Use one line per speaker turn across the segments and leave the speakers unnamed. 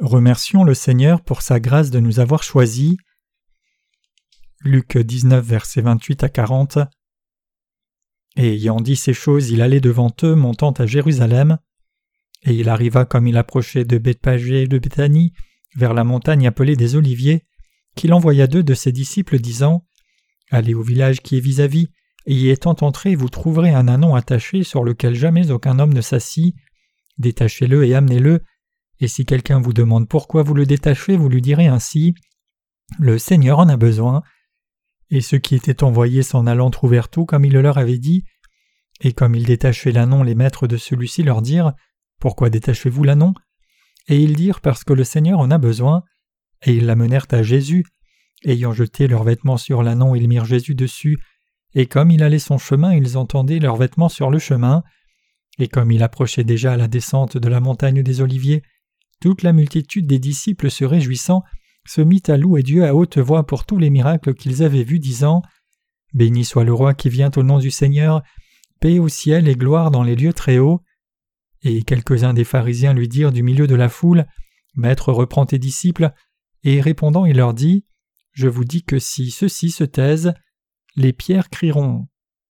Remercions le Seigneur pour sa grâce de nous avoir choisis. Luc 19, versets 28 à 40. Et ayant dit ces choses, il allait devant eux, montant à Jérusalem. Et il arriva comme il approchait de Bethphagée et de Béthanie, vers la montagne appelée des Oliviers, qu'il envoya 2 de ses disciples, disant : Allez au village qui est vis-à-vis, et y étant entrés, vous trouverez un ânon attaché sur lequel jamais aucun homme ne s'assit. Détachez-le et amenez-le. Et si quelqu'un vous demande pourquoi vous le détachez, vous lui direz ainsi : Le Seigneur en a besoin. Et ceux qui étaient envoyés s'en allant trouvèrent tout comme il le leur avait dit. Et comme ils détachaient l'ânon, les maîtres de celui-ci leur dirent : Pourquoi détachez-vous l'ânon ? Et ils dirent : Parce que le Seigneur en a besoin. Et ils l'amenèrent à Jésus. Ayant jeté leurs vêtements sur l'ânon, ils mirent Jésus dessus. Et comme il allait son chemin, ils entendaient leurs vêtements sur le chemin. Et comme il approchait déjà à la descente de la montagne des Oliviers, toute la multitude des disciples se réjouissant se mit à louer Dieu à haute voix pour tous les miracles qu'ils avaient vus, disant : Béni soit le roi qui vient au nom du Seigneur, paix au ciel et gloire dans les lieux très hauts. Et quelques-uns des pharisiens lui dirent du milieu de la foule : Maître, reprends tes disciples. Et répondant, il leur dit : Je vous dis que si ceux-ci se taisent, les pierres crieront.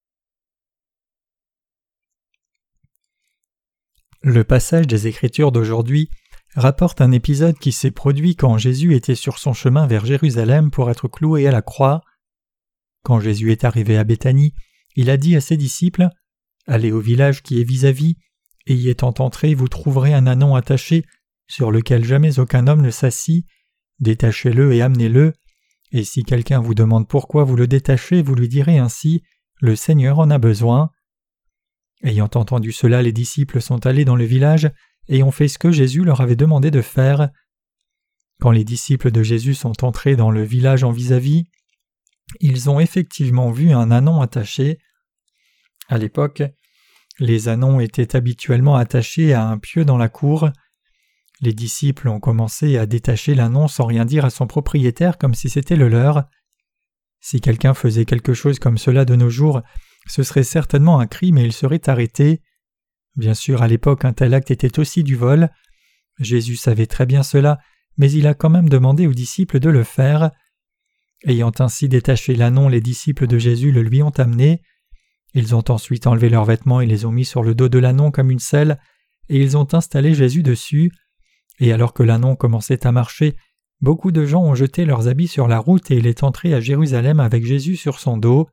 Le passage des Écritures d'aujourd'hui rapporte un épisode qui s'est produit quand Jésus était sur son chemin vers Jérusalem pour être cloué à la croix. Quand Jésus est arrivé à Béthanie, il a dit à ses disciples : Allez au village qui est vis-à-vis, et y étant entrés, vous trouverez un ânon attaché sur lequel jamais aucun homme ne s'assit. Détachez-le et amenez-le. Et si quelqu'un vous demande pourquoi vous le détachez, vous lui direz ainsi : Le Seigneur en a besoin. Ayant entendu cela, les disciples sont allés dans le village et ont fait ce que Jésus leur avait demandé de faire. Quand les disciples de Jésus sont entrés dans le village en vis-à-vis, ils ont effectivement vu un ânon attaché. À l'époque, les ânons étaient habituellement attachés à un pieu dans la cour. Les disciples ont commencé à détacher l'ânon sans rien dire à son propriétaire comme si c'était le leur. Si quelqu'un faisait quelque chose comme cela de nos jours, ce serait certainement un crime et il serait arrêté. Bien sûr, à l'époque, un tel acte était aussi du vol. Jésus savait très bien cela, mais il a quand même demandé aux disciples de le faire. Ayant ainsi détaché l'ânon, les disciples de Jésus le lui ont amené. Ils ont ensuite enlevé leurs vêtements et les ont mis sur le dos de l'ânon comme une selle, et ils ont installé Jésus dessus. Et alors que l'ânon commençait à marcher, beaucoup de gens ont jeté leurs habits sur la route et il est entré à Jérusalem avec Jésus sur son dos.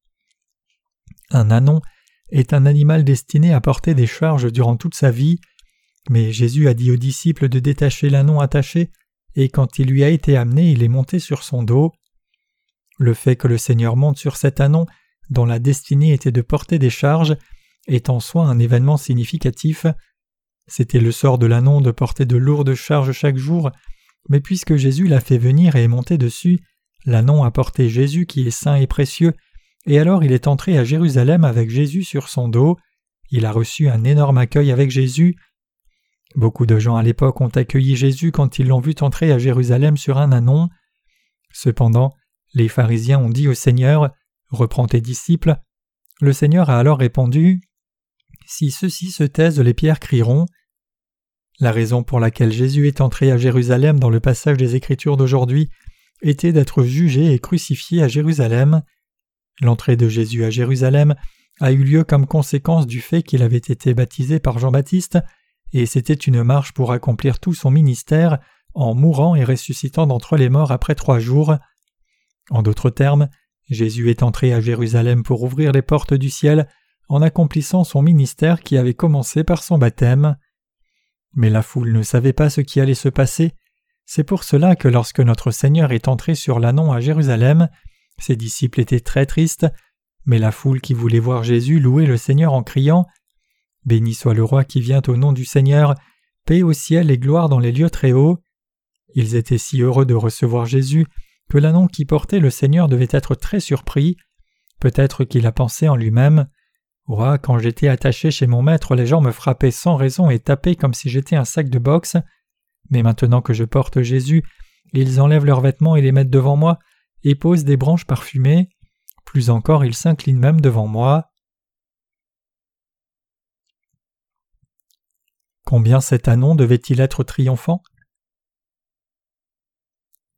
Un ânon est un animal destiné à porter des charges durant toute sa vie, mais Jésus a dit aux disciples de détacher l'ânon attaché, et quand il lui a été amené, il est monté sur son dos. Le fait que le Seigneur monte sur cet ânon, dont la destinée était de porter des charges, est en soi un événement significatif. C'était le sort de l'ânon de porter de lourdes charges chaque jour, mais puisque Jésus l'a fait venir et est monté dessus, l'ânon a porté Jésus qui est saint et précieux, et alors il est entré à Jérusalem avec Jésus sur son dos. Il a reçu un énorme accueil avec Jésus. Beaucoup de gens à l'époque ont accueilli Jésus quand ils l'ont vu entrer à Jérusalem sur un ânon. Cependant, les pharisiens ont dit au Seigneur : Reprends tes disciples. Le Seigneur a alors répondu : Si ceux-ci se taisent, les pierres crieront. La raison pour laquelle Jésus est entré à Jérusalem dans le passage des Écritures d'aujourd'hui était d'être jugé et crucifié à Jérusalem. L'entrée de Jésus à Jérusalem a eu lieu comme conséquence du fait qu'il avait été baptisé par Jean-Baptiste, et c'était une marche pour accomplir tout son ministère en mourant et ressuscitant d'entre les morts après 3 jours. En d'autres termes, Jésus est entré à Jérusalem pour ouvrir les portes du ciel en accomplissant son ministère qui avait commencé par son baptême. Mais la foule ne savait pas ce qui allait se passer. C'est pour cela que lorsque notre Seigneur est entré sur l'ânon à Jérusalem, ses disciples étaient très tristes, mais la foule qui voulait voir Jésus louait le Seigneur en criant : Béni soit le roi qui vient au nom du Seigneur, paix au ciel et gloire dans les lieux très hauts. Ils étaient si heureux de recevoir Jésus que l'ânon qui portait le Seigneur devait être très surpris. Peut-être qu'il a pensé en lui-même : Ouah, quand j'étais attaché chez mon maître, les gens me frappaient sans raison et tapaient comme si j'étais un sac de boxe. Mais maintenant que je porte Jésus, ils enlèvent leurs vêtements et les mettent devant moi, et posent des branches parfumées. Plus encore, ils s'inclinent même devant moi. Combien cet ânon devait-il être triomphant ?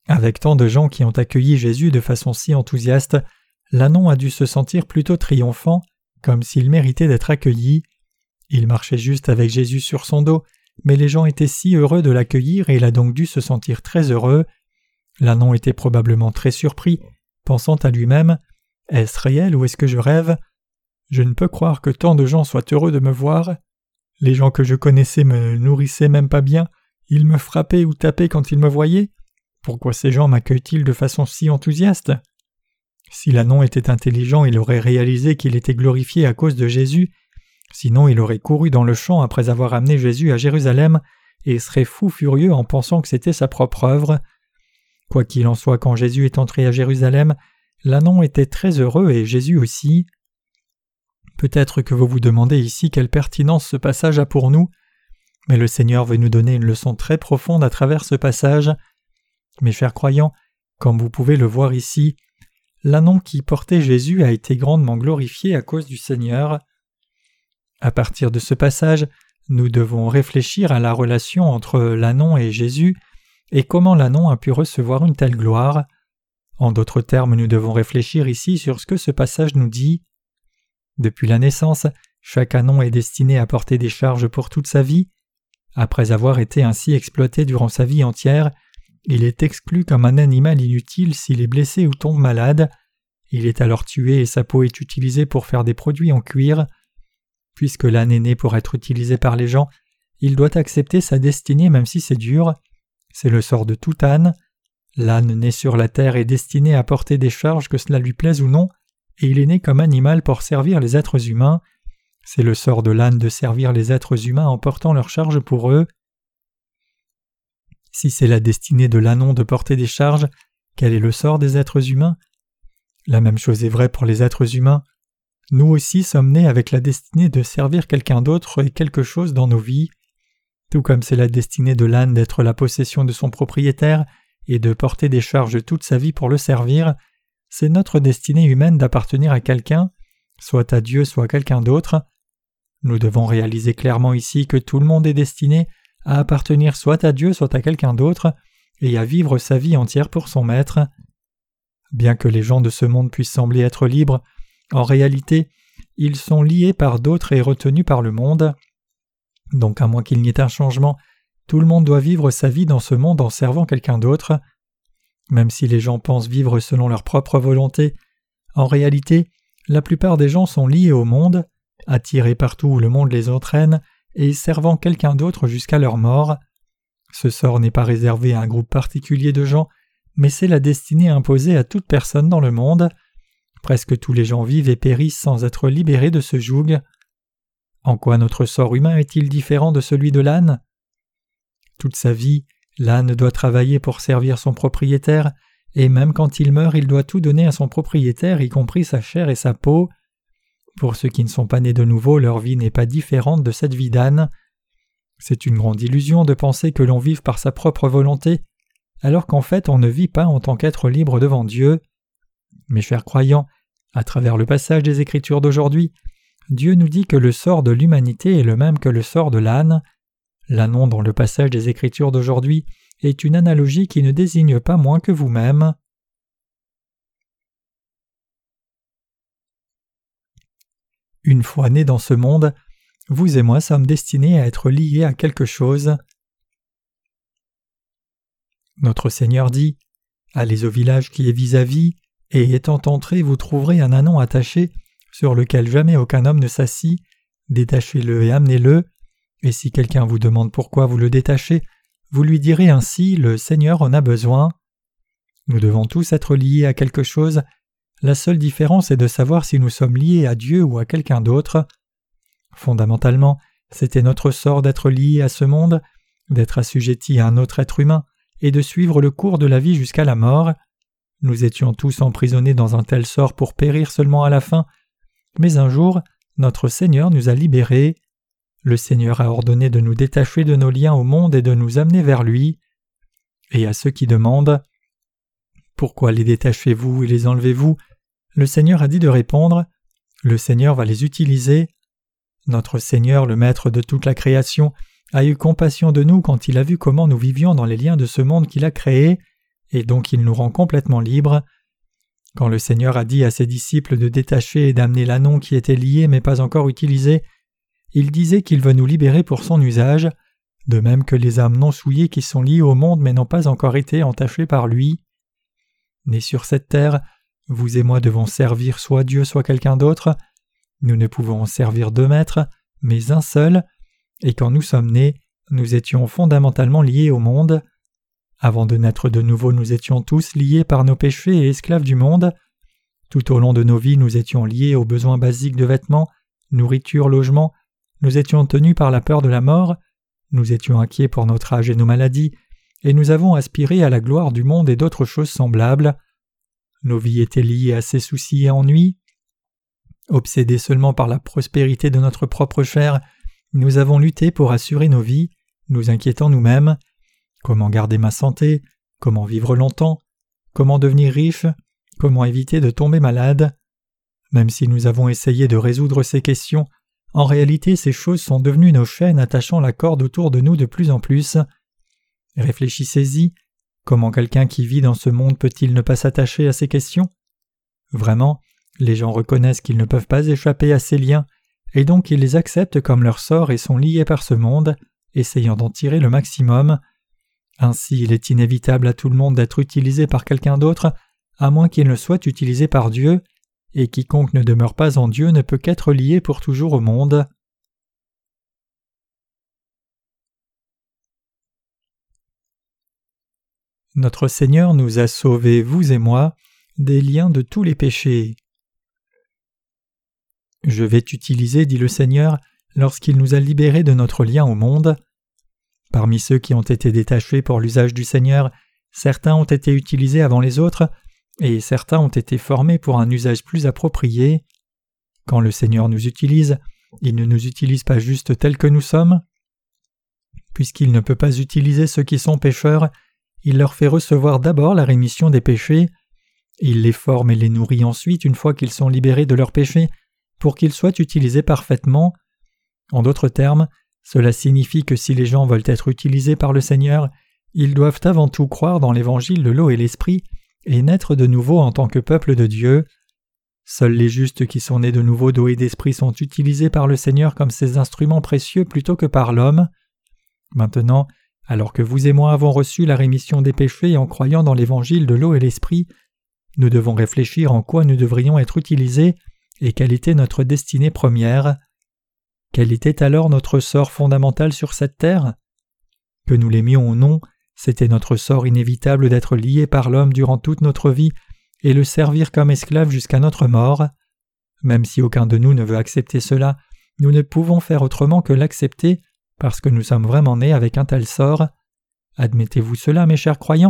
Avec tant de gens qui ont accueilli Jésus de façon si enthousiaste, l'ânon a dû se sentir plutôt triomphant, comme s'il méritait d'être accueilli. Il marchait juste avec Jésus sur son dos, mais les gens étaient si heureux de l'accueillir et il a donc dû se sentir très heureux. L'ânon était probablement très surpris, pensant à lui-même « Est-ce réel ou est-ce que je rêve ? Je ne peux croire que tant de gens soient heureux de me voir. Les gens que je connaissais me nourrissaient même pas bien, ils me frappaient ou tapaient quand ils me voyaient. Pourquoi ces gens m'accueillent-ils de façon si enthousiaste ?» Si l'ânon était intelligent, il aurait réalisé qu'il était glorifié à cause de Jésus, sinon il aurait couru dans le champ après avoir amené Jésus à Jérusalem et serait fou furieux en pensant que c'était sa propre œuvre. Quoi qu'il en soit, quand Jésus est entré à Jérusalem, l'ânon était très heureux et Jésus aussi. Peut-être que vous vous demandez ici quelle pertinence ce passage a pour nous, mais le Seigneur veut nous donner une leçon très profonde à travers ce passage. Mes chers croyants, comme vous pouvez le voir ici, l'ânon qui portait Jésus a été grandement glorifié à cause du Seigneur. À partir de ce passage, nous devons réfléchir à la relation entre l'ânon et Jésus et comment l'ânon a pu recevoir une telle gloire. En d'autres termes, nous devons réfléchir ici sur ce que ce passage nous dit. Depuis la naissance, chaque ânon est destiné à porter des charges pour toute sa vie. Après avoir été ainsi exploité durant sa vie entière, il est exclu comme un animal inutile s'il est blessé ou tombe malade. Il est alors tué et sa peau est utilisée pour faire des produits en cuir. Puisque l'âne est né pour être utilisé par les gens, il doit accepter sa destinée même si c'est dur. C'est le sort de tout âne. L'âne né sur la terre est destiné à porter des charges que cela lui plaise ou non, et il est né comme animal pour servir les êtres humains. C'est le sort de l'âne de servir les êtres humains en portant leurs charges pour eux. Si c'est la destinée de l'ânon de porter des charges, quel est le sort des êtres humains ? La même chose est vraie pour les êtres humains. Nous aussi sommes nés avec la destinée de servir quelqu'un d'autre et quelque chose dans nos vies. Tout comme c'est la destinée de l'âne d'être la possession de son propriétaire et de porter des charges toute sa vie pour le servir, c'est notre destinée humaine d'appartenir à quelqu'un, soit à Dieu, soit à quelqu'un d'autre. Nous devons réaliser clairement ici que tout le monde est destiné à appartenir soit à Dieu, soit à quelqu'un d'autre, et à vivre sa vie entière pour son maître. Bien que les gens de ce monde puissent sembler être libres, en réalité, ils sont liés par d'autres et retenus par le monde. Donc à moins qu'il n'y ait un changement, tout le monde doit vivre sa vie dans ce monde en servant quelqu'un d'autre. Même si les gens pensent vivre selon leur propre volonté, en réalité, la plupart des gens sont liés au monde, attirés partout où le monde les entraîne et servant quelqu'un d'autre jusqu'à leur mort. Ce sort n'est pas réservé à un groupe particulier de gens, mais c'est la destinée imposée à toute personne dans le monde. Presque tous les gens vivent et périssent sans être libérés de ce joug. En quoi notre sort humain est-il différent de celui de l'âne ? Toute sa vie, l'âne doit travailler pour servir son propriétaire, et même quand il meurt, il doit tout donner à son propriétaire, y compris sa chair et sa peau. Pour ceux qui ne sont pas nés de nouveau, leur vie n'est pas différente de cette vie d'âne. C'est une grande illusion de penser que l'on vive par sa propre volonté, alors qu'en fait on ne vit pas en tant qu'être libre devant Dieu. Mes chers croyants, à travers le passage des Écritures d'aujourd'hui, Dieu nous dit que le sort de l'humanité est le même que le sort de l'âne. L'ânon dans le passage des Écritures d'aujourd'hui est une analogie qui ne désigne pas moins que vous-même. Une fois nés dans ce monde, vous et moi sommes destinés à être liés à quelque chose. Notre Seigneur dit « Allez au village qui est vis-à-vis, et étant entrés, vous trouverez un ânon attaché, sur lequel jamais aucun homme ne s'assit, détachez-le et amenez-le, et si quelqu'un vous demande pourquoi vous le détachez, vous lui direz ainsi, le Seigneur en a besoin. » Nous devons tous être liés à quelque chose, la seule différence est de savoir si nous sommes liés à Dieu ou à quelqu'un d'autre. Fondamentalement, c'était notre sort d'être liés à ce monde, d'être assujettis à un autre être humain, et de suivre le cours de la vie jusqu'à la mort. Nous étions tous emprisonnés dans un tel sort pour périr seulement à la fin, mais un jour, notre Seigneur nous a libérés. Le Seigneur a ordonné de nous détacher de nos liens au monde et de nous amener vers lui. Et à ceux qui demandent « Pourquoi les détachez-vous et les enlevez-vous ?» le Seigneur a dit de répondre « Le Seigneur va les utiliser. » Notre Seigneur, le Maître de toute la création, a eu compassion de nous quand il a vu comment nous vivions dans les liens de ce monde qu'il a créé, et donc il nous rend complètement libres. Quand le Seigneur a dit à ses disciples de détacher et d'amener l'ânon qui était lié mais pas encore utilisé, il disait qu'il veut nous libérer pour son usage, de même que les âmes non souillées qui sont liées au monde mais n'ont pas encore été entachées par lui. Nés sur cette terre, vous et moi devons servir soit Dieu soit quelqu'un d'autre. Nous ne pouvons servir deux maîtres, mais un seul, et quand nous sommes nés, nous étions fondamentalement liés au monde. Avant de naître de nouveau, nous étions tous liés par nos péchés et esclaves du monde. Tout au long de nos vies, nous étions liés aux besoins basiques de vêtements, nourriture, logement. Nous étions tenus par la peur de la mort. Nous étions inquiets pour notre âge et nos maladies, et nous avons aspiré à la gloire du monde et d'autres choses semblables. Nos vies étaient liées à ces soucis et ennuis. Obsédés seulement par la prospérité de notre propre chair, nous avons lutté pour assurer nos vies, nous inquiétant nous-mêmes. Comment garder ma santé? Comment vivre longtemps? Comment devenir riche? Comment éviter de tomber malade? Même si nous avons essayé de résoudre ces questions, en réalité ces choses sont devenues nos chaînes attachant la corde autour de nous de plus en plus. Réfléchissez-y, comment quelqu'un qui vit dans ce monde peut-il ne pas s'attacher à ces questions? Vraiment, les gens reconnaissent qu'ils ne peuvent pas échapper à ces liens, et donc ils les acceptent comme leur sort et sont liés par ce monde, essayant d'en tirer le maximum. Ainsi, il est inévitable à tout le monde d'être utilisé par quelqu'un d'autre, à moins qu'il ne soit utilisé par Dieu, et quiconque ne demeure pas en Dieu ne peut qu'être lié pour toujours au monde. Notre Seigneur nous a sauvés, vous et moi, des liens de tous les péchés. Je vais t'utiliser, dit le Seigneur, lorsqu'il nous a libérés de notre lien au monde. Parmi ceux qui ont été détachés pour l'usage du Seigneur, certains ont été utilisés avant les autres, et certains ont été formés pour un usage plus approprié. Quand le Seigneur nous utilise, il ne nous utilise pas juste tels que nous sommes. Puisqu'il ne peut pas utiliser ceux qui sont pécheurs, il leur fait recevoir d'abord la rémission des péchés. Il les forme et les nourrit ensuite une fois qu'ils sont libérés de leurs péchés, pour qu'ils soient utilisés parfaitement. En d'autres termes, cela signifie que si les gens veulent être utilisés par le Seigneur, ils doivent avant tout croire dans l'évangile de l'eau et l'esprit et naître de nouveau en tant que peuple de Dieu. Seuls les justes qui sont nés de nouveau d'eau et d'esprit sont utilisés par le Seigneur comme ses instruments précieux plutôt que par l'homme. Maintenant, alors que vous et moi avons reçu la rémission des péchés en croyant dans l'évangile de l'eau et l'esprit, nous devons réfléchir en quoi nous devrions être utilisés et quelle était notre destinée première. Quel était alors notre sort fondamental sur cette terre? Que nous l'aimions ou non, c'était notre sort inévitable d'être liés par l'homme durant toute notre vie et le servir comme esclave jusqu'à notre mort. Même si aucun de nous ne veut accepter cela, nous ne pouvons faire autrement que l'accepter parce que nous sommes vraiment nés avec un tel sort. Admettez-vous cela, mes chers croyants?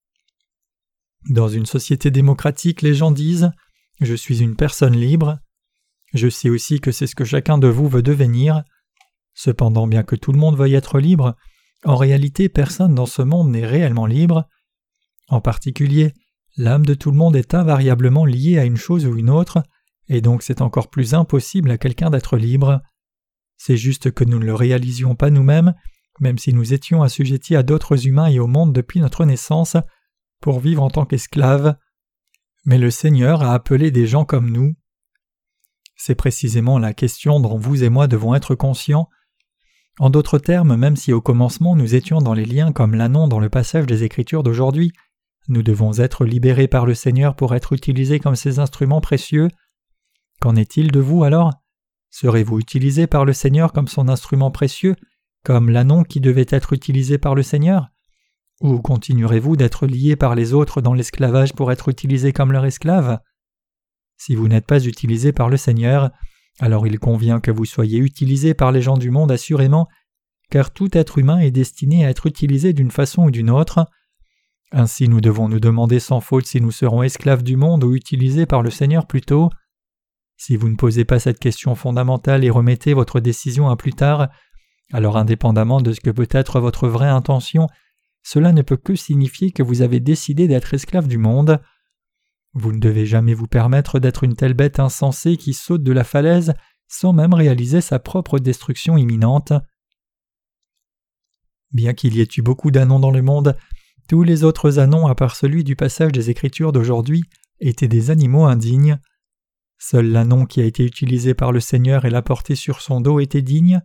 Dans une société démocratique, les gens disent « Je suis une personne libre ». Je sais aussi que c'est ce que chacun de vous veut devenir. Cependant, bien que tout le monde veuille être libre, en réalité personne dans ce monde n'est réellement libre. En particulier, l'âme de tout le monde est invariablement liée à une chose ou une autre, et donc c'est encore plus impossible à quelqu'un d'être libre. C'est juste que nous ne le réalisions pas nous-mêmes, même si nous étions assujettis à d'autres humains et au monde depuis notre naissance, pour vivre en tant qu'esclaves. Mais le Seigneur a appelé des gens comme nous. C'est précisément la question dont vous et moi devons être conscients. En d'autres termes, même si au commencement nous étions dans les liens comme l'ânon dans le passage des Écritures d'aujourd'hui, nous devons être libérés par le Seigneur pour être utilisés comme ses instruments précieux. Qu'en est-il de vous alors? Serez-vous utilisés par le Seigneur comme son instrument précieux, comme l'ânon qui devait être utilisé par le Seigneur? Ou continuerez-vous d'être liés par les autres dans l'esclavage pour être utilisés comme leur esclave? Si vous n'êtes pas utilisés par le Seigneur, alors il convient que vous soyez utilisés par les gens du monde assurément, car tout être humain est destiné à être utilisé d'une façon ou d'une autre. Ainsi nous devons nous demander sans faute si nous serons esclaves du monde ou utilisés par le Seigneur plus tôt. Si vous ne posez pas cette question fondamentale et remettez votre décision à plus tard, alors indépendamment de ce que peut être votre vraie intention, cela ne peut que signifier que vous avez décidé d'être esclave du monde. Vous ne devez jamais vous permettre d'être une telle bête insensée qui saute de la falaise sans même réaliser sa propre destruction imminente. Bien qu'il y ait eu beaucoup d'ânons dans le monde, Tous les autres ânons, à part celui du passage des Écritures d'aujourd'hui, étaient des animaux indignes. Seul l'ânon qui a été utilisé par le Seigneur et l'a porté sur son dos était digne.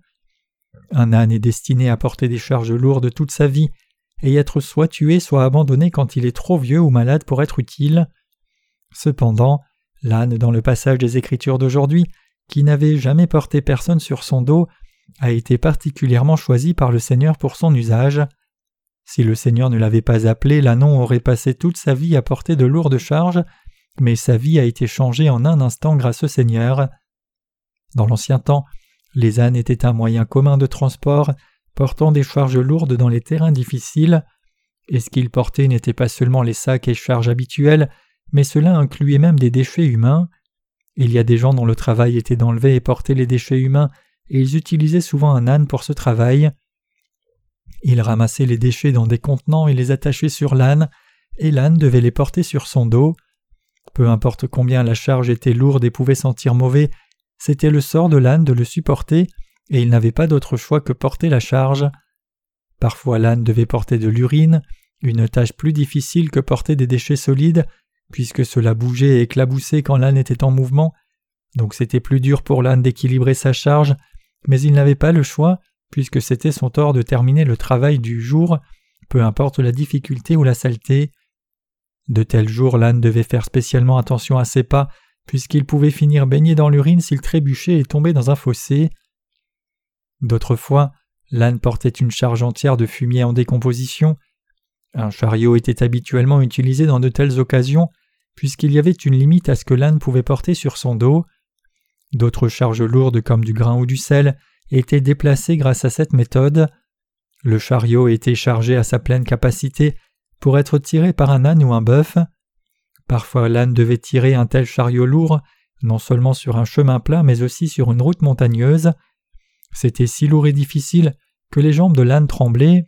Un âne est destiné à porter des charges lourdes toute sa vie et être soit tué soit abandonné quand il est trop vieux ou malade pour être utile. Cependant, l'âne dans le passage des Écritures d'aujourd'hui, qui n'avait jamais porté personne sur son dos, a été particulièrement choisi par le Seigneur pour son usage. Si le Seigneur ne l'avait pas appelé, l'ânon aurait passé toute sa vie à porter de lourdes charges, mais sa vie a été changée en un instant grâce au Seigneur. Dans l'ancien temps, les ânes étaient un moyen commun de transport, portant des charges lourdes dans les terrains difficiles, et ce qu'ils portaient n'était pas seulement les sacs et charges habituels, mais cela incluait même des déchets humains. Il y a des gens dont le travail était d'enlever et porter les déchets humains, et ils utilisaient souvent un âne pour ce travail. Ils ramassaient les déchets dans des contenants et les attachaient sur l'âne, et l'âne devait les porter sur son dos. Peu importe combien la charge était lourde et pouvait sentir mauvais, c'était le sort de l'âne de le supporter, et il n'avait pas d'autre choix que porter la charge. Parfois l'âne devait porter de l'urine, une tâche plus difficile que porter des déchets solides, puisque cela bougeait et éclaboussait quand l'âne était en mouvement, donc c'était plus dur pour l'âne d'équilibrer sa charge, mais il n'avait pas le choix, puisque c'était son tort de terminer le travail du jour, peu importe la difficulté ou la saleté. De tels jours, l'âne devait faire spécialement attention à ses pas, puisqu'il pouvait finir baigné dans l'urine s'il trébuchait et tombait dans un fossé. D'autres fois, l'âne portait une charge entière de fumier en décomposition. Un chariot était habituellement utilisé dans de telles occasions, puisqu'il y avait une limite à ce que l'âne pouvait porter sur son dos. D'autres charges lourdes comme du grain ou du sel étaient déplacées grâce à cette méthode. Le chariot était chargé à sa pleine capacité pour être tiré par un âne ou un bœuf. Parfois l'âne devait tirer un tel chariot lourd, non seulement sur un chemin plat mais aussi sur une route montagneuse. C'était si lourd et difficile que les jambes de l'âne tremblaient,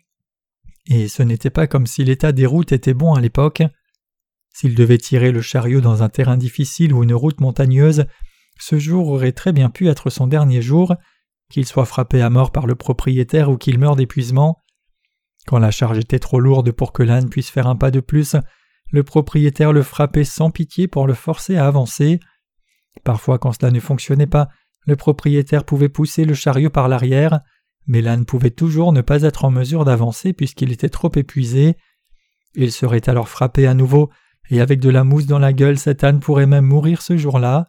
et ce n'était pas comme si l'état des routes était bon à l'époque. S'il devait tirer le chariot dans un terrain difficile ou une route montagneuse, ce jour aurait très bien pu être son dernier jour, qu'il soit frappé à mort par le propriétaire ou qu'il meure d'épuisement. Quand la charge était trop lourde pour que l'âne puisse faire un pas de plus, le propriétaire le frappait sans pitié pour le forcer à avancer. Parfois, quand cela ne fonctionnait pas, le propriétaire pouvait pousser le chariot par l'arrière, mais l'âne pouvait toujours ne pas être en mesure d'avancer puisqu'il était trop épuisé. Il serait alors frappé à nouveau, et avec de la mousse dans la gueule, cet âne pourrait même mourir ce jour-là.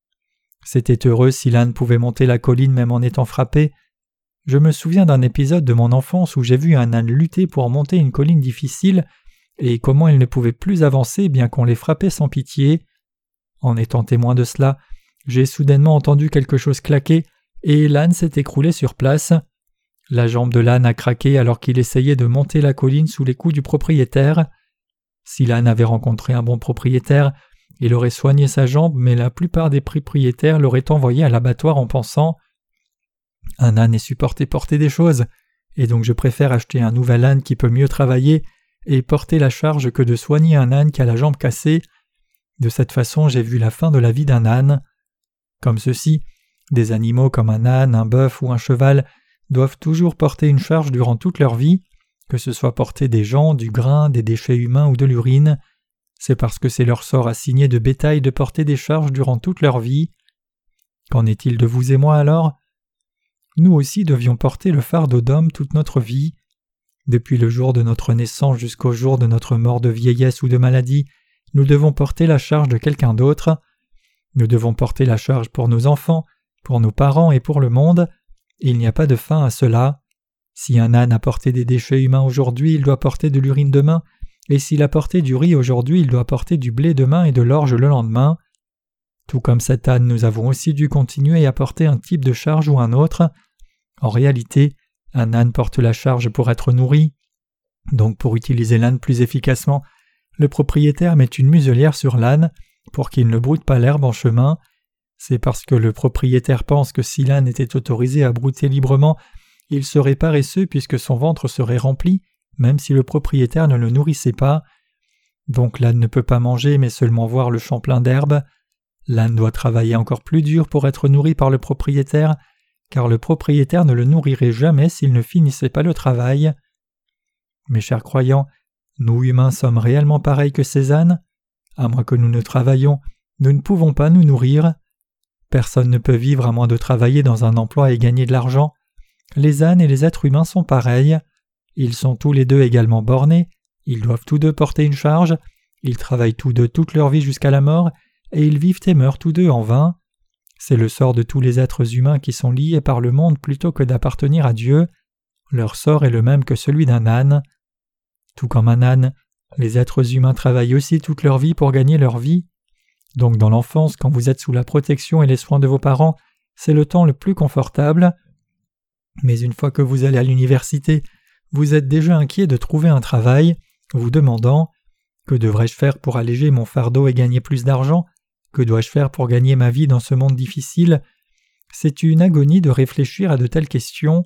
C'était heureux si l'âne pouvait monter la colline même en étant frappé. Je me souviens d'un épisode de mon enfance où j'ai vu un âne lutter pour monter une colline difficile et comment il ne pouvait plus avancer bien qu'on les frappait sans pitié. En étant témoin de cela, j'ai soudainement entendu quelque chose claquer et l'âne s'est écroulé sur place. La jambe de l'âne a craqué alors qu'il essayait de monter la colline sous les coups du propriétaire. Si l'âne avait rencontré un bon propriétaire, il aurait soigné sa jambe, mais la plupart des propriétaires l'auraient envoyé à l'abattoir en pensant « Un âne est supporté porter des choses, et donc je préfère acheter un nouvel âne qui peut mieux travailler et porter la charge que de soigner un âne qui a la jambe cassée. » De cette façon, j'ai vu la fin de la vie d'un âne. Comme ceci, des animaux comme un âne, un bœuf ou un cheval doivent toujours porter une charge durant toute leur vie, que ce soit porter des gens, du grain, des déchets humains ou de l'urine. C'est parce que c'est leur sort assigné de bétail de porter des charges durant toute leur vie. Qu'en est-il de vous et moi alors ? Nous aussi devions porter le fardeau d'homme toute notre vie. Depuis le jour de notre naissance jusqu'au jour de notre mort de vieillesse ou de maladie, nous devons porter la charge de quelqu'un d'autre. Nous devons porter la charge pour nos enfants, pour nos parents et pour le monde. Il n'y a pas de fin à cela. Si un âne a porté des déchets humains aujourd'hui, il doit porter de l'urine demain, et s'il a porté du riz aujourd'hui, il doit porter du blé demain et de l'orge le lendemain. Tout comme cet âne, nous avons aussi dû continuer à porter un type de charge ou un autre. En réalité, un âne porte la charge pour être nourri. Donc pour utiliser l'âne plus efficacement, le propriétaire met une muselière sur l'âne pour qu'il ne broute pas l'herbe en chemin. C'est parce que le propriétaire pense que si l'âne était autorisé à brouter librement, il serait paresseux puisque son ventre serait rempli, même si le propriétaire ne le nourrissait pas. Donc l'âne ne peut pas manger mais seulement voir le champ plein d'herbe. L'âne doit travailler encore plus dur pour être nourri par le propriétaire, car le propriétaire ne le nourrirait jamais s'il ne finissait pas le travail. Mes chers croyants, Nous humains sommes réellement pareils que ces ânes. À moins que nous ne travaillions, nous ne pouvons pas nous nourrir. Personne ne peut vivre à moins de travailler dans un emploi et gagner de l'argent. Les ânes et les êtres humains sont pareils. Ils sont tous les deux également bornés, ils doivent tous deux porter une charge, ils travaillent tous deux toute leur vie jusqu'à la mort, et ils vivent et meurent tous deux en vain. C'est le sort de tous les êtres humains qui sont liés par le monde plutôt que d'appartenir à Dieu. Leur sort est le même que celui d'un âne. Tout comme un âne, les êtres humains travaillent aussi toute leur vie pour gagner leur vie. Donc dans l'enfance, quand vous êtes sous la protection et les soins de vos parents, c'est le temps le plus confortable. Mais une fois que vous allez à l'université, vous êtes déjà inquiet de trouver un travail, vous demandant « Que devrais-je faire pour alléger mon fardeau et gagner plus d'argent ? Que dois-je faire pour gagner ma vie dans ce monde difficile ?» C'est une agonie de réfléchir à de telles questions.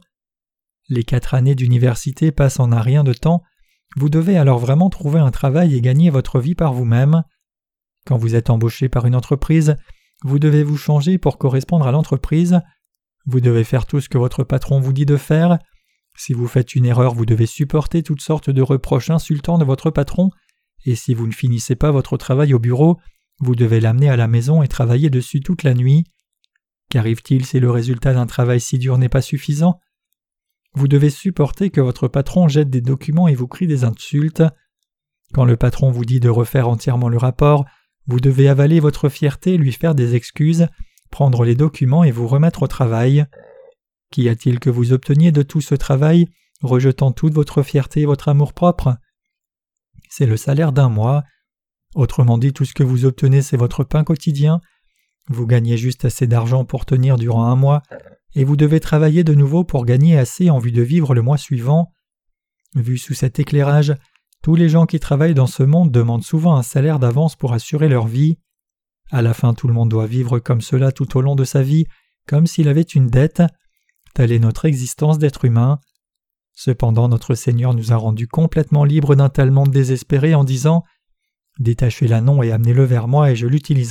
Les 4 années d'université passent en un rien de temps. Vous devez alors vraiment trouver un travail et gagner votre vie par vous-même. Quand vous êtes embauché par une entreprise, vous devez vous changer pour correspondre à l'entreprise. Vous devez faire tout ce que votre patron vous dit de faire. Si vous faites une erreur, vous devez supporter toutes sortes de reproches insultants de votre patron. Et si vous ne finissez pas votre travail au bureau, vous devez l'amener à la maison et travailler dessus toute la nuit. Qu'arrive-t-il si le résultat d'un travail si dur n'est pas suffisant ? Vous devez supporter que votre patron jette des documents et vous crie des insultes. Quand le patron vous dit de refaire entièrement le rapport, vous devez avaler votre fierté, lui faire des excuses, prendre les documents et vous remettre au travail. Qu'y a-t-il que vous obteniez de tout ce travail, rejetant toute votre fierté et votre amour-propre ? C'est le salaire d'un mois. Autrement dit, tout ce que vous obtenez, c'est votre pain quotidien. Vous gagnez juste assez d'argent pour tenir durant un mois, et vous devez travailler de nouveau pour gagner assez en vue de vivre le mois suivant. Vu sous cet éclairage, tous les gens qui travaillent dans ce monde demandent souvent un salaire d'avance pour assurer leur vie. À la fin, tout le monde doit vivre comme cela tout au long de sa vie, comme s'il avait une dette. Telle est notre existence d'être humain. Cependant, notre Seigneur nous a rendus complètement libres d'un tel monde désespéré en disant « Détachez l'annon et amenez-le vers moi et je l'utiliserai ».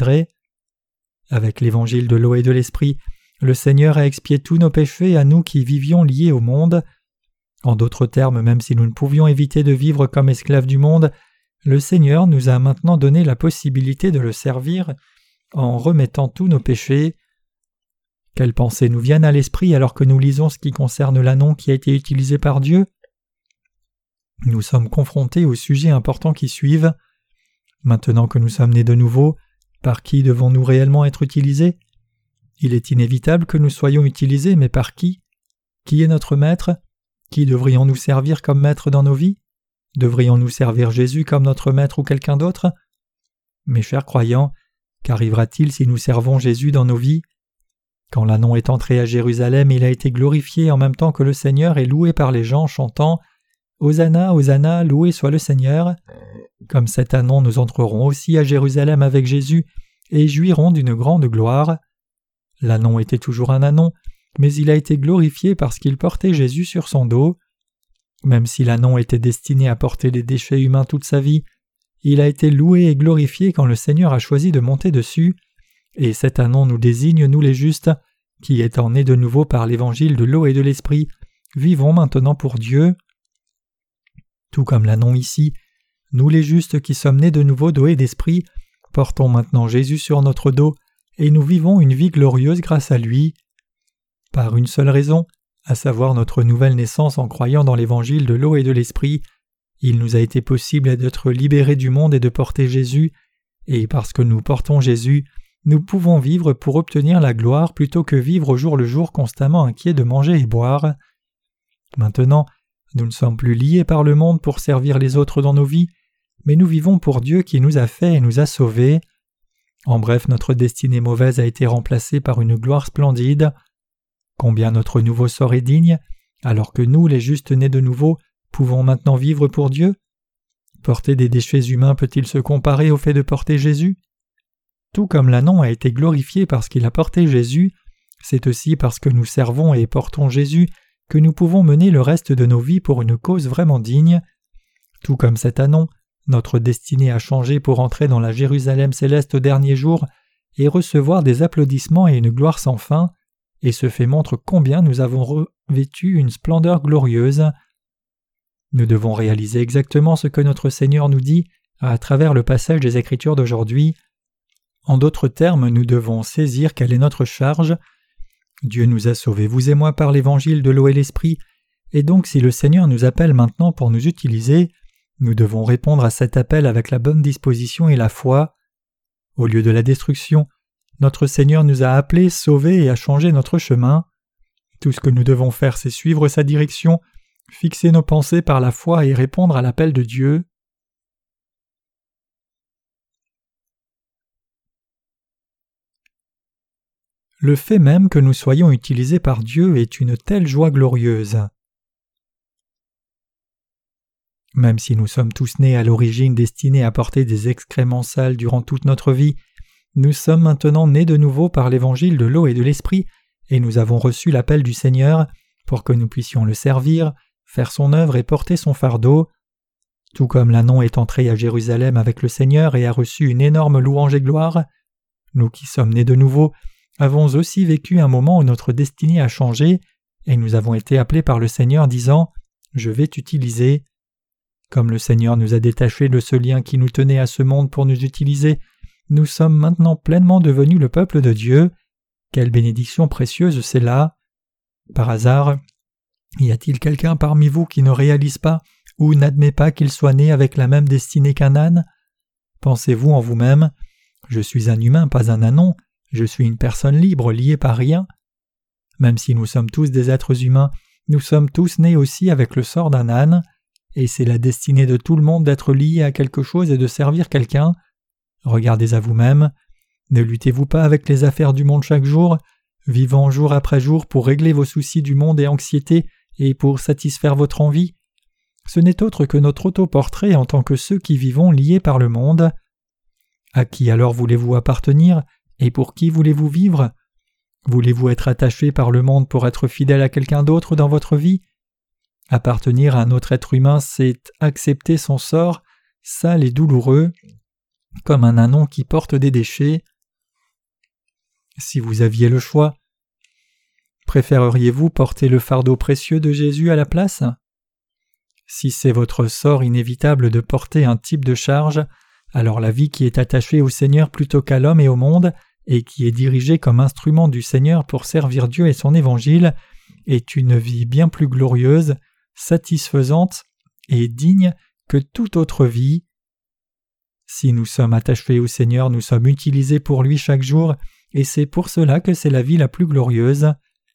Avec l'évangile de l'eau et de l'esprit, le Seigneur a expié tous nos péchés à nous qui vivions liés au monde. En d'autres termes, même si nous ne pouvions éviter de vivre comme esclaves du monde, le Seigneur nous a maintenant donné la possibilité de le servir en remettant tous nos péchés. Quelles pensées nous viennent à l'esprit alors que nous lisons ce qui concerne l'annon qui a été utilisé par Dieu ? Nous sommes confrontés aux sujets importants qui suivent. Maintenant que nous sommes nés de nouveau, par qui devons-nous réellement être utilisés ? Il est inévitable que nous soyons utilisés, mais par qui ? Qui est notre maître ? Qui devrions-nous servir comme maître dans nos vies ? Devrions-nous servir Jésus comme notre maître ou quelqu'un d'autre ? Mes chers croyants, qu'arrivera-t-il si nous servons Jésus dans nos vies ? Quand l'annon est entré à Jérusalem, il a été glorifié en même temps que le Seigneur est loué par les gens chantant « Hosanna, Hosanna, loué soit le Seigneur ». Comme cet annon, nous entrerons aussi à Jérusalem avec Jésus et jouirons d'une grande gloire. L'annon était toujours un annon, mais il a été glorifié parce qu'il portait Jésus sur son dos. Même si l'annon était destiné à porter les déchets humains toute sa vie, il a été loué et glorifié quand le Seigneur a choisi de monter dessus, et cet annon nous désigne, nous les justes, qui étant nés de nouveau par l'évangile de l'eau et de l'esprit, vivons maintenant pour Dieu. Tout comme l'annon ici, nous les justes qui sommes nés de nouveau d'eau et d'esprit, portons maintenant Jésus sur notre dos, et nous vivons une vie glorieuse grâce à lui. Par une seule raison, à savoir notre nouvelle naissance en croyant dans l'évangile de l'eau et de l'esprit, il nous a été possible d'être libérés du monde et de porter Jésus, et parce que nous portons Jésus, nous pouvons vivre pour obtenir la gloire plutôt que vivre au jour le jour constamment inquiets de manger et boire. Maintenant, nous ne sommes plus liés par le monde pour servir les autres dans nos vies, mais nous vivons pour Dieu qui nous a fait et nous a sauvés. En bref, notre destinée mauvaise a été remplacée par une gloire splendide. Combien notre nouveau sort est digne, alors que nous, les justes nés de nouveau, pouvons maintenant vivre pour Dieu ? Porter des déchets humains peut-il se comparer au fait de porter Jésus ? Tout comme l'annon a été glorifié parce qu'il a porté Jésus, c'est aussi parce que nous servons et portons Jésus que nous pouvons mener le reste de nos vies pour une cause vraiment digne. Tout comme cet annon, notre destinée a changé pour entrer dans la Jérusalem céleste au dernier jour et recevoir des applaudissements et une gloire sans fin, et ce fait montre combien nous avons revêtu une splendeur glorieuse. Nous devons réaliser exactement ce que notre Seigneur nous dit à travers le passage des Écritures d'aujourd'hui. En d'autres termes, nous devons saisir quelle est notre charge. Dieu nous a sauvés, vous et moi, par l'évangile de l'eau et l'esprit, et donc si le Seigneur nous appelle maintenant pour nous utiliser, nous devons répondre à cet appel avec la bonne disposition et la foi. Au lieu de la destruction, notre Seigneur nous a appelés, sauvés et a changé notre chemin. Tout ce que nous devons faire, c'est suivre sa direction, fixer nos pensées par la foi et répondre à l'appel de Dieu. Le fait même que nous soyons utilisés par Dieu est une telle joie glorieuse. Même si nous sommes tous nés à l'origine destinés à porter des excréments sales durant toute notre vie, nous sommes maintenant nés de nouveau par l'évangile de l'eau et de l'esprit, et nous avons reçu l'appel du Seigneur pour que nous puissions le servir, faire son œuvre et porter son fardeau. Tout comme l'Anon est entré à Jérusalem avec le Seigneur et a reçu une énorme louange et gloire, nous qui sommes nés de nouveau avons aussi vécu un moment où notre destinée a changé, et nous avons été appelés par le Seigneur disant « Je vais t'utiliser ». Comme le Seigneur nous a détachés de ce lien qui nous tenait à ce monde pour nous utiliser, nous sommes maintenant pleinement devenus le peuple de Dieu. Quelle bénédiction précieuse c'est là! Par hasard, y a-t-il quelqu'un parmi vous qui ne réalise pas ou n'admet pas qu'il soit né avec la même destinée qu'un âne? Pensez-vous en vous-même « Je suis un humain, pas un ânon, je suis une personne libre, liée par rien ». Même si nous sommes tous des êtres humains, nous sommes tous nés aussi avec le sort d'un âne. Et c'est la destinée de tout le monde d'être lié à quelque chose et de servir quelqu'un. Regardez à vous-même. Ne luttez-vous pas avec les affaires du monde chaque jour, vivant jour après jour pour régler vos soucis du monde et anxiété et pour satisfaire votre envie? Ce n'est autre que notre autoportrait en tant que ceux qui vivons liés par le monde. À qui alors voulez-vous appartenir et pour qui voulez-vous vivre? Voulez-vous être attaché par le monde pour être fidèle à quelqu'un d'autre dans votre vie? Appartenir à un autre être humain, c'est accepter son sort, sale et douloureux, comme un ânon qui porte des déchets. Si vous aviez le choix, préféreriez-vous porter le fardeau précieux de Jésus à la place? Si c'est votre sort inévitable de porter un type de charge, alors la vie qui est attachée au Seigneur plutôt qu'à l'homme et au monde, et qui est dirigée comme instrument du Seigneur pour servir Dieu et son évangile, est une vie bien plus glorieuse, satisfaisante et digne que toute autre vie. Si nous sommes attachés au Seigneur, nous sommes utilisés pour lui chaque jour, et c'est pour cela que c'est la vie la plus glorieuse.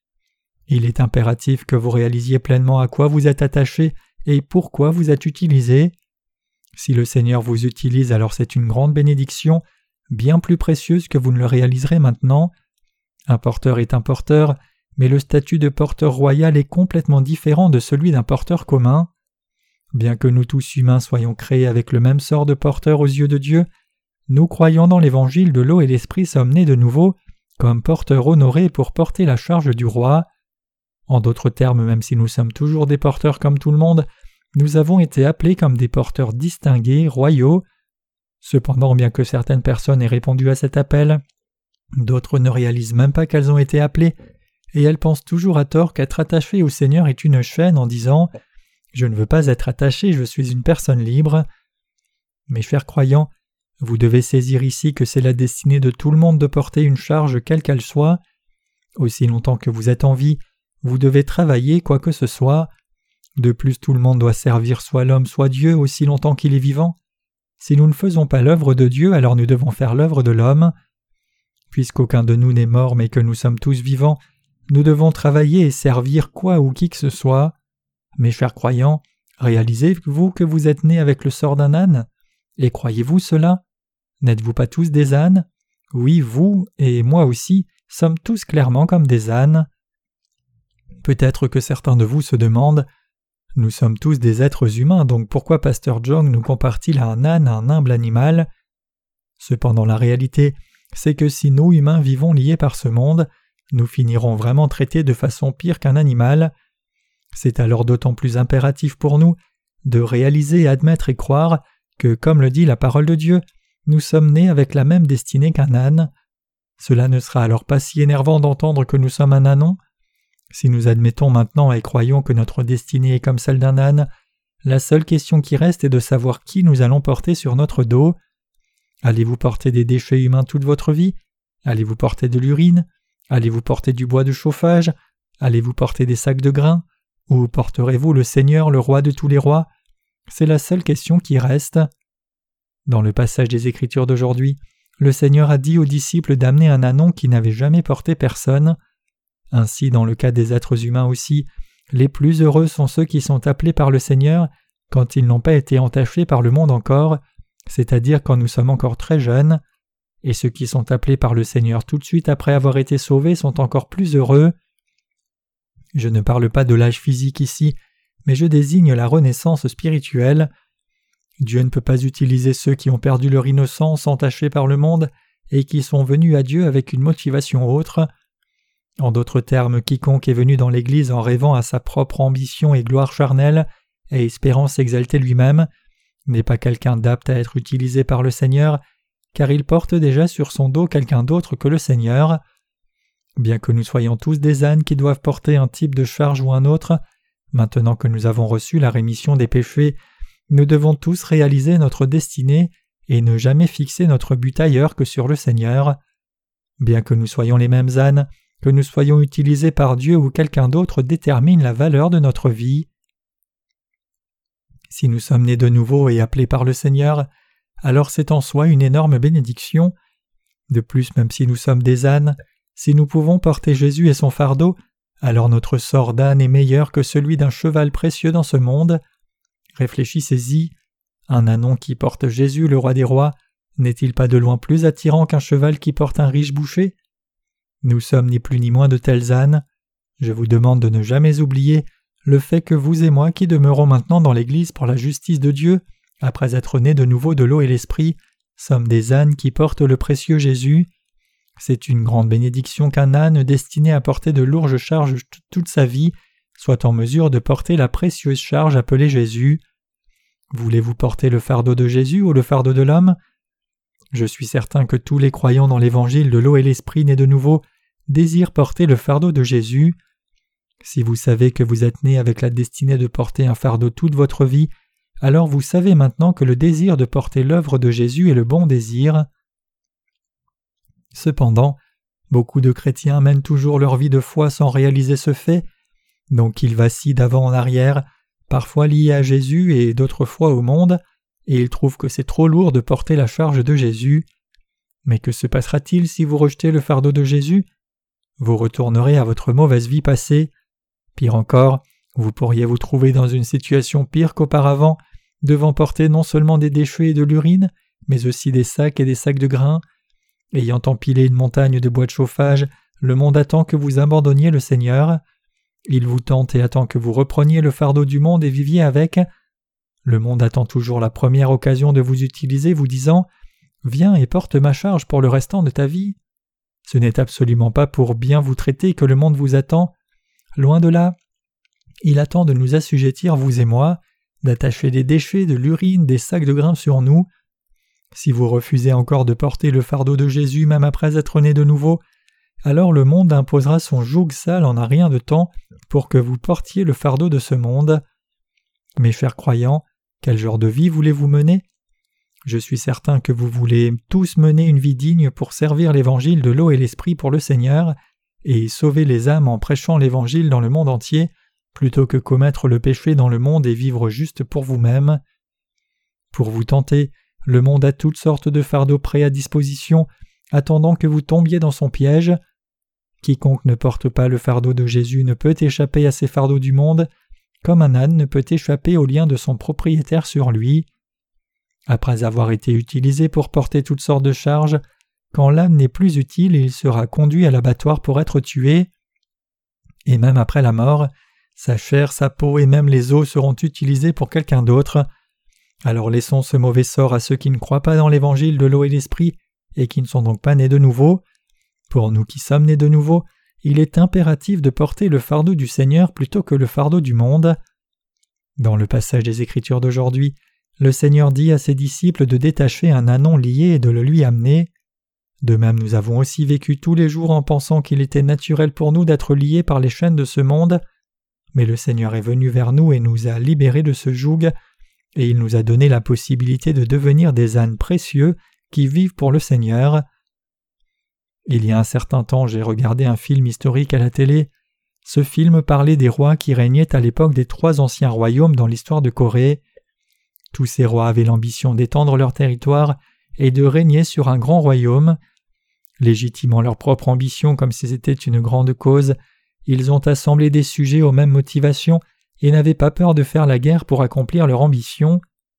Il est impératif que vous réalisiez pleinement à quoi vous êtes attachés et pourquoi vous êtes utilisés. Si le Seigneur vous utilise, alors c'est une grande bénédiction, bien plus précieuse que vous ne le réaliserez maintenant. Un porteur est un porteur, mais le statut de porteur royal est complètement différent de celui d'un porteur commun. Bien que nous tous humains soyons créés avec le même sort de porteur aux yeux de Dieu, nous croyons dans l'évangile de l'eau et l'esprit sommes nés de nouveau, comme porteurs honorés pour porter la charge du roi. En d'autres termes, même si nous sommes toujours des porteurs comme tout le monde, nous avons été appelés comme des porteurs distingués, royaux. Cependant, bien que certaines personnes aient répondu à cet appel, d'autres ne réalisent même pas qu'elles ont été appelées, et elles pensent toujours à tort qu'être attaché au Seigneur est une chaîne en disant « Je ne veux pas être attaché, je suis une personne libre ». Mes chers croyants, vous devez saisir ici que c'est la destinée de tout le monde de porter une charge quelle qu'elle soit. Aussi longtemps que vous êtes en vie, vous devez travailler quoi que ce soit. De plus, tout le monde doit servir soit l'homme soit Dieu aussi longtemps qu'il est vivant. Si nous ne faisons pas l'œuvre de Dieu, alors nous devons faire l'œuvre de l'homme. Puisqu'aucun de nous n'est mort mais que nous sommes tous vivants, nous devons travailler et servir quoi ou qui que ce soit. Mes chers croyants, réalisez-vous que vous êtes nés avec le sort d'un âne? Et croyez-vous cela? N'êtes-vous pas tous des ânes? Oui, vous et moi aussi sommes tous clairement comme des ânes. Peut-être que certains de vous se demandent « Nous sommes tous des êtres humains, donc pourquoi Pasteur Jong nous compare-t-il à un âne, un humble animal ?» Cependant la réalité, c'est que si nous humains vivons liés par ce monde, nous finirons vraiment traités de façon pire qu'un animal. C'est alors d'autant plus impératif pour nous de réaliser, admettre et croire que, comme le dit la parole de Dieu, nous sommes nés avec la même destinée qu'un âne. Cela ne sera alors pas si énervant d'entendre que nous sommes un ânon. Si nous admettons maintenant et croyons que notre destinée est comme celle d'un âne, La seule question qui reste est de savoir qui nous allons porter sur notre dos. Allez-vous porter des déchets humains toute votre vie? Allez-vous porter de l'urine? Allez-vous porter du bois de chauffage? Allez-vous porter des sacs de grains? Ou porterez-vous le Seigneur, le roi de tous les rois? C'est la seule question qui reste. Dans le passage des Écritures d'aujourd'hui, le Seigneur a dit aux disciples d'amener un ânon qui n'avait jamais porté personne. Ainsi, dans le cas des êtres humains aussi, les plus heureux sont ceux qui sont appelés par le Seigneur quand ils n'ont pas été entachés par le monde encore, c'est-à-dire quand nous sommes encore très jeunes, et ceux qui sont appelés par le Seigneur tout de suite après avoir été sauvés sont encore plus heureux. Je ne parle pas de l'âge physique ici, mais je désigne la renaissance spirituelle. Dieu ne peut pas utiliser ceux qui ont perdu leur innocence entachés par le monde et qui sont venus à Dieu avec une motivation autre. En d'autres termes, quiconque est venu dans l'Église en rêvant à sa propre ambition et gloire charnelle et espérant s'exalter lui-même n'est pas quelqu'un d'apte à être utilisé par le Seigneur, car il porte déjà sur son dos quelqu'un d'autre que le Seigneur. Bien que nous soyons tous des ânes qui doivent porter un type de charge ou un autre, maintenant que nous avons reçu la rémission des péchés, nous devons tous réaliser notre destinée et ne jamais fixer notre but ailleurs que sur le Seigneur. Bien que nous soyons les mêmes ânes, que nous soyons utilisés par Dieu ou quelqu'un d'autre détermine la valeur de notre vie. Si nous sommes nés de nouveau et appelés par le Seigneur, alors c'est en soi une énorme bénédiction. De plus, même si nous sommes des ânes, si nous pouvons porter Jésus et son fardeau, alors notre sort d'âne est meilleur que celui d'un cheval précieux dans ce monde. Réfléchissez-y, un ânon qui porte Jésus, le roi des rois, n'est-il pas de loin plus attirant qu'un cheval qui porte un riche boucher? Nous sommes ni plus ni moins de tels ânes. Je vous demande de ne jamais oublier le fait que vous et moi qui demeurons maintenant dans l'Église pour la justice de Dieu, après être nés de nouveau de l'eau et l'esprit, sommes des ânes qui portent le précieux Jésus. C'est une grande bénédiction qu'un âne destiné à porter de lourdes charges toute sa vie soit en mesure de porter la précieuse charge appelée Jésus. Voulez-vous porter le fardeau de Jésus ou le fardeau de l'homme? Je suis certain que tous les croyants dans l'Évangile de l'eau et l'esprit nés de nouveau désirent porter le fardeau de Jésus. Si vous savez que vous êtes né avec la destinée de porter un fardeau toute votre vie, alors vous savez maintenant que le désir de porter l'œuvre de Jésus est le bon désir. Cependant, beaucoup de chrétiens mènent toujours leur vie de foi sans réaliser ce fait, donc ils vacillent d'avant en arrière, parfois liés à Jésus et d'autres fois au monde, et ils trouvent que c'est trop lourd de porter la charge de Jésus. Mais que se passera-t-il si vous rejetez le fardeau de Jésus? Vous retournerez à votre mauvaise vie passée. Pire encore, vous pourriez vous trouver dans une situation pire qu'auparavant, devant porter non seulement des déchets et de l'urine, mais aussi des sacs et des sacs de grains. Ayant empilé une montagne de bois de chauffage, le monde attend que vous abandonniez le Seigneur. Il vous tente et attend que vous repreniez le fardeau du monde et viviez avec. Le monde attend toujours la première occasion de vous utiliser, vous disant « Viens et porte ma charge pour le restant de ta vie ». Ce n'est absolument pas pour bien vous traiter que le monde vous attend. Loin de là, il attend de nous assujettir, vous et moi, d'attacher des déchets, de l'urine, des sacs de grains sur nous. Si vous refusez encore de porter le fardeau de Jésus même après être né de nouveau, alors le monde imposera son joug sale en un rien de temps pour que vous portiez le fardeau de ce monde. Mes chers croyants, quel genre de vie voulez-vous mener? Je suis certain que vous voulez tous mener une vie digne pour servir l'évangile de l'eau et l'esprit pour le Seigneur et sauver les âmes en prêchant l'évangile dans le monde entier, plutôt que commettre le péché dans le monde et vivre juste pour vous-même. Pour vous tenter, le monde a toutes sortes de fardeaux prêts à disposition, attendant que vous tombiez dans son piège. Quiconque ne porte pas le fardeau de Jésus ne peut échapper à ces fardeaux du monde, comme un âne ne peut échapper au lien de son propriétaire sur lui. Après avoir été utilisé pour porter toutes sortes de charges, quand l'âne n'est plus utile, il sera conduit à l'abattoir pour être tué. Et même après la mort, sa chair, sa peau et même les os seront utilisés pour quelqu'un d'autre. Alors laissons ce mauvais sort à ceux qui ne croient pas dans l'évangile de l'eau et l'esprit et qui ne sont donc pas nés de nouveau. Pour nous qui sommes nés de nouveau, il est impératif de porter le fardeau du Seigneur plutôt que le fardeau du monde. Dans le passage des Écritures d'aujourd'hui, le Seigneur dit à ses disciples de détacher un ânon lié et de le lui amener. De même, nous avons aussi vécu tous les jours en pensant qu'il était naturel pour nous d'être liés par les chaînes de ce monde. mais le Seigneur est venu vers nous et nous a libérés de ce joug, et il nous a donné la possibilité de devenir des ânes précieux qui vivent pour le Seigneur. Il y a un certain temps, j'ai regardé un film historique à la télé. Ce film parlait des rois qui régnaient à l'époque des 3 anciens royaumes dans l'histoire de Corée. Tous ces rois avaient l'ambition d'étendre leur territoire et de régner sur un grand royaume. Légitimant leur propre ambition comme si c'était une grande cause, ils ont assemblé des sujets aux mêmes motivations et n'avaient pas peur de faire la guerre pour accomplir leur ambition.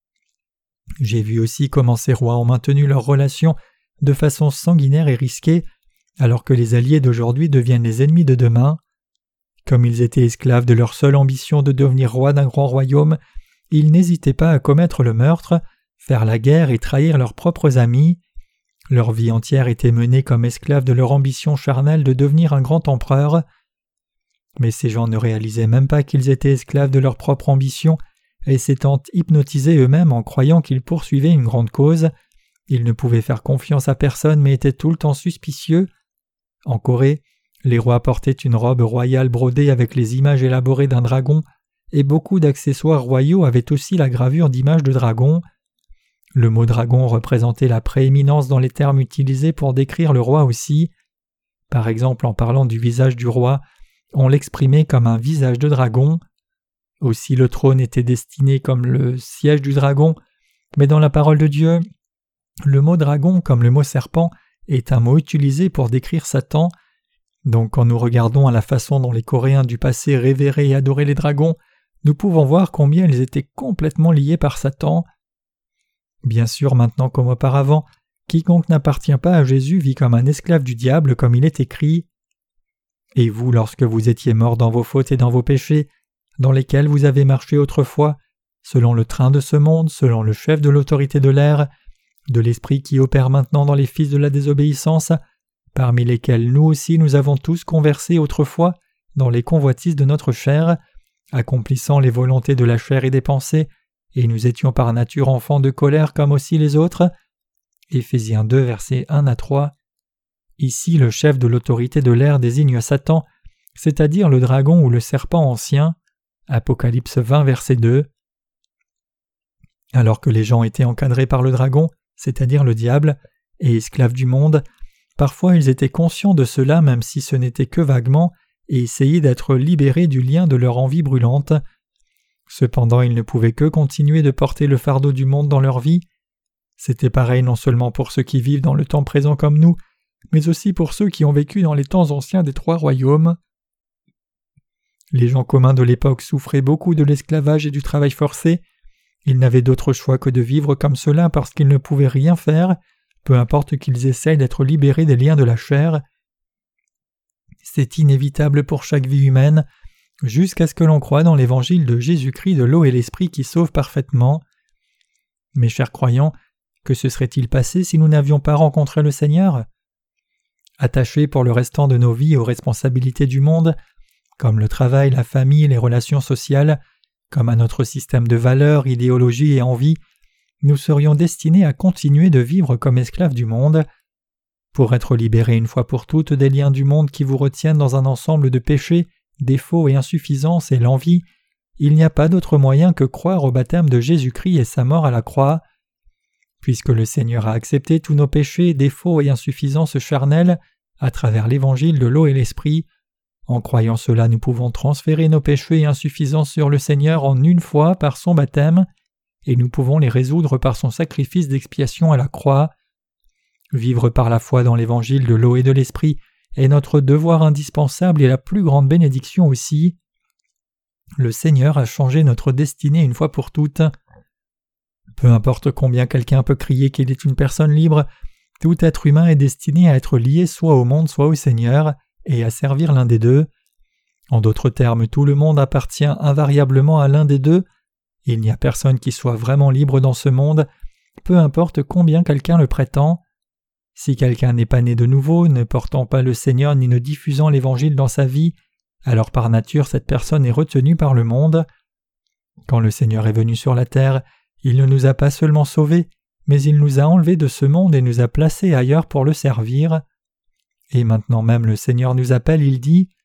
J'ai vu aussi comment ces rois ont maintenu leurs relations de façon sanguinaire et risquée, alors que les alliés d'aujourd'hui deviennent les ennemis de demain. Comme ils étaient esclaves de leur seule ambition de devenir rois d'un grand royaume, ils n'hésitaient pas à commettre le meurtre, faire la guerre et trahir leurs propres amis. Leur vie entière était menée comme esclaves de leur ambition charnelle de devenir un grand empereur. Mais ces gens ne réalisaient même pas qu'ils étaient esclaves de leur propre ambition et s'étant hypnotisés eux-mêmes en croyant qu'ils poursuivaient une grande cause. Ils ne pouvaient faire confiance à personne mais étaient tout le temps suspicieux. En Corée, les rois portaient une robe royale brodée avec les images élaborées d'un dragon et beaucoup d'accessoires royaux avaient aussi la gravure d'images de dragons. Le mot dragon représentait la prééminence dans les termes utilisés pour décrire le roi aussi. Par exemple, en parlant du visage du roi, on l'exprimait comme un visage de dragon. Aussi le trône était destiné comme le siège du dragon, mais dans la parole de Dieu, le mot dragon, comme le mot serpent, est un mot utilisé pour décrire Satan. Donc quand nous regardons à la façon dont les Coréens du passé révéraient et adoraient les dragons, nous pouvons voir combien ils étaient complètement liés par Satan. Bien sûr, maintenant comme auparavant, quiconque n'appartient pas à Jésus vit comme un esclave du diable, comme il est écrit. Et vous, lorsque vous étiez morts dans vos fautes et dans vos péchés, dans lesquels vous avez marché autrefois, selon le train de ce monde, selon le chef de l'autorité de l'air, de l'esprit qui opère maintenant dans les fils de la désobéissance, parmi lesquels nous aussi nous avons tous conversé autrefois dans les convoitises de notre chair, accomplissant les volontés de la chair et des pensées, et nous étions par nature enfants de colère comme aussi les autres. Éphésiens 2, versets 1 à 3. Ici, le chef de l'autorité de l'air désigne Satan, c'est-à-dire le dragon ou le serpent ancien. Apocalypse 20, verset 2. Alors que les gens étaient encadrés par le dragon, c'est-à-dire le diable, et esclaves du monde, parfois ils étaient conscients de cela même si ce n'était que vaguement, et essayaient d'être libérés du lien de leur envie brûlante. Cependant, ils ne pouvaient que continuer de porter le fardeau du monde dans leur vie. C'était pareil non seulement pour ceux qui vivent dans le temps présent comme nous, mais aussi pour ceux qui ont vécu dans les temps anciens des 3 royaumes. Les gens communs de l'époque souffraient beaucoup de l'esclavage et du travail forcé. Ils n'avaient d'autre choix que de vivre comme cela parce qu'ils ne pouvaient rien faire, peu importe qu'ils essayent d'être libérés des liens de la chair. C'est inévitable pour chaque vie humaine, jusqu'à ce que l'on croie dans l'évangile de Jésus-Christ de l'eau et l'esprit qui sauve parfaitement. Mes chers croyants, que se serait-il passé si nous n'avions pas rencontré le Seigneur ? Attachés pour le restant de nos vies aux responsabilités du monde, comme le travail, la famille, les relations sociales, comme à notre système de valeurs, idéologie et envies, nous serions destinés à continuer de vivre comme esclaves du monde. Pour être libérés une fois pour toutes des liens du monde qui vous retiennent dans un ensemble de péchés, défauts et insuffisances et l'envie, il n'y a pas d'autre moyen que croire au baptême de Jésus-Christ et sa mort à la croix. Puisque le Seigneur a accepté tous nos péchés, défauts et insuffisances charnelles à travers l'évangile de l'eau et l'esprit, en croyant cela, nous pouvons transférer nos péchés et insuffisances sur le Seigneur en une fois par son baptême, et nous pouvons les résoudre par son sacrifice d'expiation à la croix. Vivre par la foi dans l'évangile de l'eau et de l'esprit est notre devoir indispensable et la plus grande bénédiction aussi. Le Seigneur a changé notre destinée une fois pour toutes. Peu importe combien quelqu'un peut crier qu'il est une personne libre, tout être humain est destiné à être lié soit au monde soit au Seigneur, et à servir l'un des deux. En d'autres termes, tout le monde appartient invariablement à l'un des deux. Il n'y a personne qui soit vraiment libre dans ce monde, peu importe combien quelqu'un le prétend. Si quelqu'un n'est pas né de nouveau, ne portant pas le Seigneur ni ne diffusant l'Évangile dans sa vie, alors par nature cette personne est retenue par le monde. Quand le Seigneur est venu sur la terre, il ne nous a pas seulement sauvés, mais il nous a enlevés de ce monde et nous a placés ailleurs pour le servir. Et maintenant même le Seigneur nous appelle, il dit «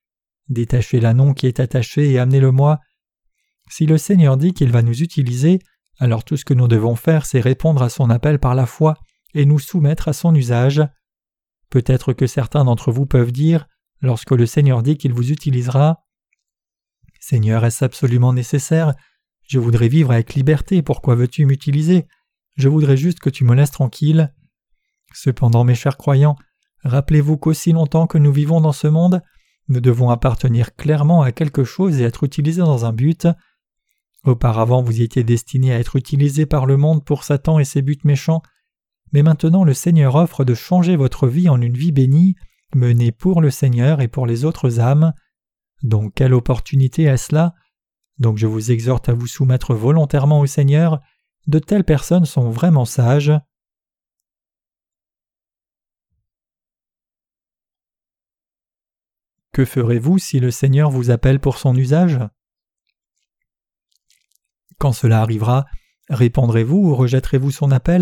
Détachez l'anneau qui est attaché et amenez-le-moi. Si le Seigneur dit qu'il va nous utiliser, alors tout ce que nous devons faire, c'est répondre à son appel par la foi et nous soumettre à son usage. Peut-être que certains d'entre vous peuvent dire, lorsque le Seigneur dit qu'il vous utilisera, « Seigneur, est-ce absolument nécessaire ? Je voudrais vivre avec liberté, pourquoi veux-tu m'utiliser ? Je voudrais juste que tu me laisses tranquille. » Cependant, mes chers croyants, rappelez-vous qu'aussi longtemps que nous vivons dans ce monde, nous devons appartenir clairement à quelque chose et être utilisés dans un but. Auparavant, vous étiez destinés à être utilisés par le monde pour Satan et ses buts méchants, mais maintenant le Seigneur offre de changer votre vie en une vie bénie, menée pour le Seigneur et pour les autres âmes. Donc quelle opportunité est-ce là ? Donc je vous exhorte à vous soumettre volontairement au Seigneur. De telles personnes sont vraiment sages. Que ferez-vous si le Seigneur vous appelle pour son usage ? Quand cela arrivera, répondrez-vous ou rejetterez-vous son appel ?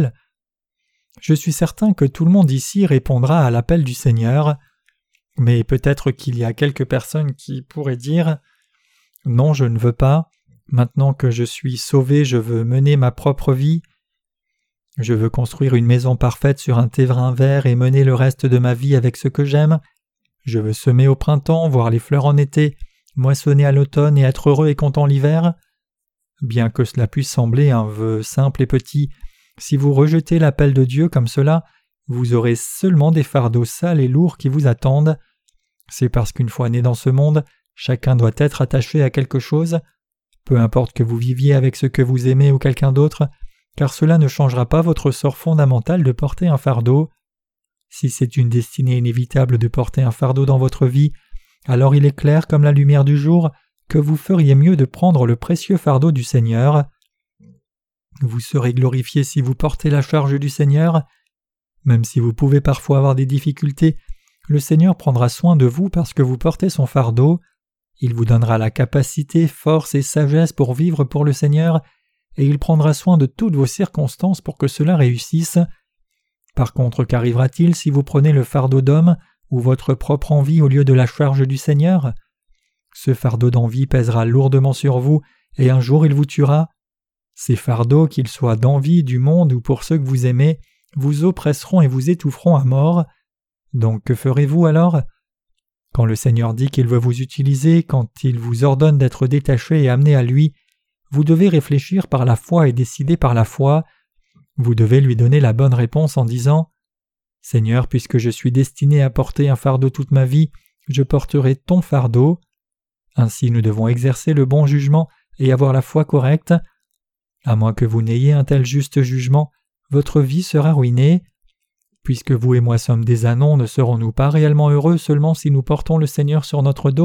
Je suis certain que tout le monde ici répondra à l'appel du Seigneur, mais peut-être qu'il y a quelques personnes qui pourraient dire « Non, je ne veux pas. Maintenant que je suis sauvé, je veux mener ma propre vie. Je veux construire une maison parfaite sur un téverin vert et mener le reste de ma vie avec ce que j'aime. Je veux semer au printemps, voir les fleurs en été, moissonner à l'automne et être heureux et content l'hiver. » Bien que cela puisse sembler un vœu simple et petit, si vous rejetez l'appel de Dieu comme cela, vous aurez seulement des fardeaux sales et lourds qui vous attendent. C'est parce qu'une fois né dans ce monde, chacun doit être attaché à quelque chose, peu importe que vous viviez avec ce que vous aimez ou quelqu'un d'autre, car cela ne changera pas votre sort fondamental de porter un fardeau. Si c'est une destinée inévitable de porter un fardeau dans votre vie, alors il est clair comme la lumière du jour que vous feriez mieux de prendre le précieux fardeau du Seigneur. Vous serez glorifié si vous portez la charge du Seigneur. Même si vous pouvez parfois avoir des difficultés, le Seigneur prendra soin de vous parce que vous portez son fardeau. Il vous donnera la capacité, force et sagesse pour vivre pour le Seigneur, et il prendra soin de toutes vos circonstances pour que cela réussisse. Par contre, qu'arrivera-t-il si vous prenez le fardeau d'homme ou votre propre envie au lieu de la charge du Seigneur ? Ce fardeau d'envie pèsera lourdement sur vous, et un jour il vous tuera. Ces fardeaux, qu'ils soient d'envie, du monde ou pour ceux que vous aimez, vous oppresseront et vous étoufferont à mort. Donc que ferez-vous alors ? Quand le Seigneur dit qu'il veut vous utiliser, quand il vous ordonne d'être détaché et amené à lui, vous devez réfléchir par la foi et décider par la foi. Vous devez lui donner la bonne réponse en disant « Seigneur, puisque je suis destiné à porter un fardeau toute ma vie, je porterai ton fardeau. » Ainsi nous devons exercer le bon jugement et avoir la foi correcte. À moins que vous n'ayez un tel juste jugement, votre vie sera ruinée. Puisque vous et moi sommes des ânes, ne serons-nous pas réellement heureux seulement si nous portons le Seigneur sur notre dos ?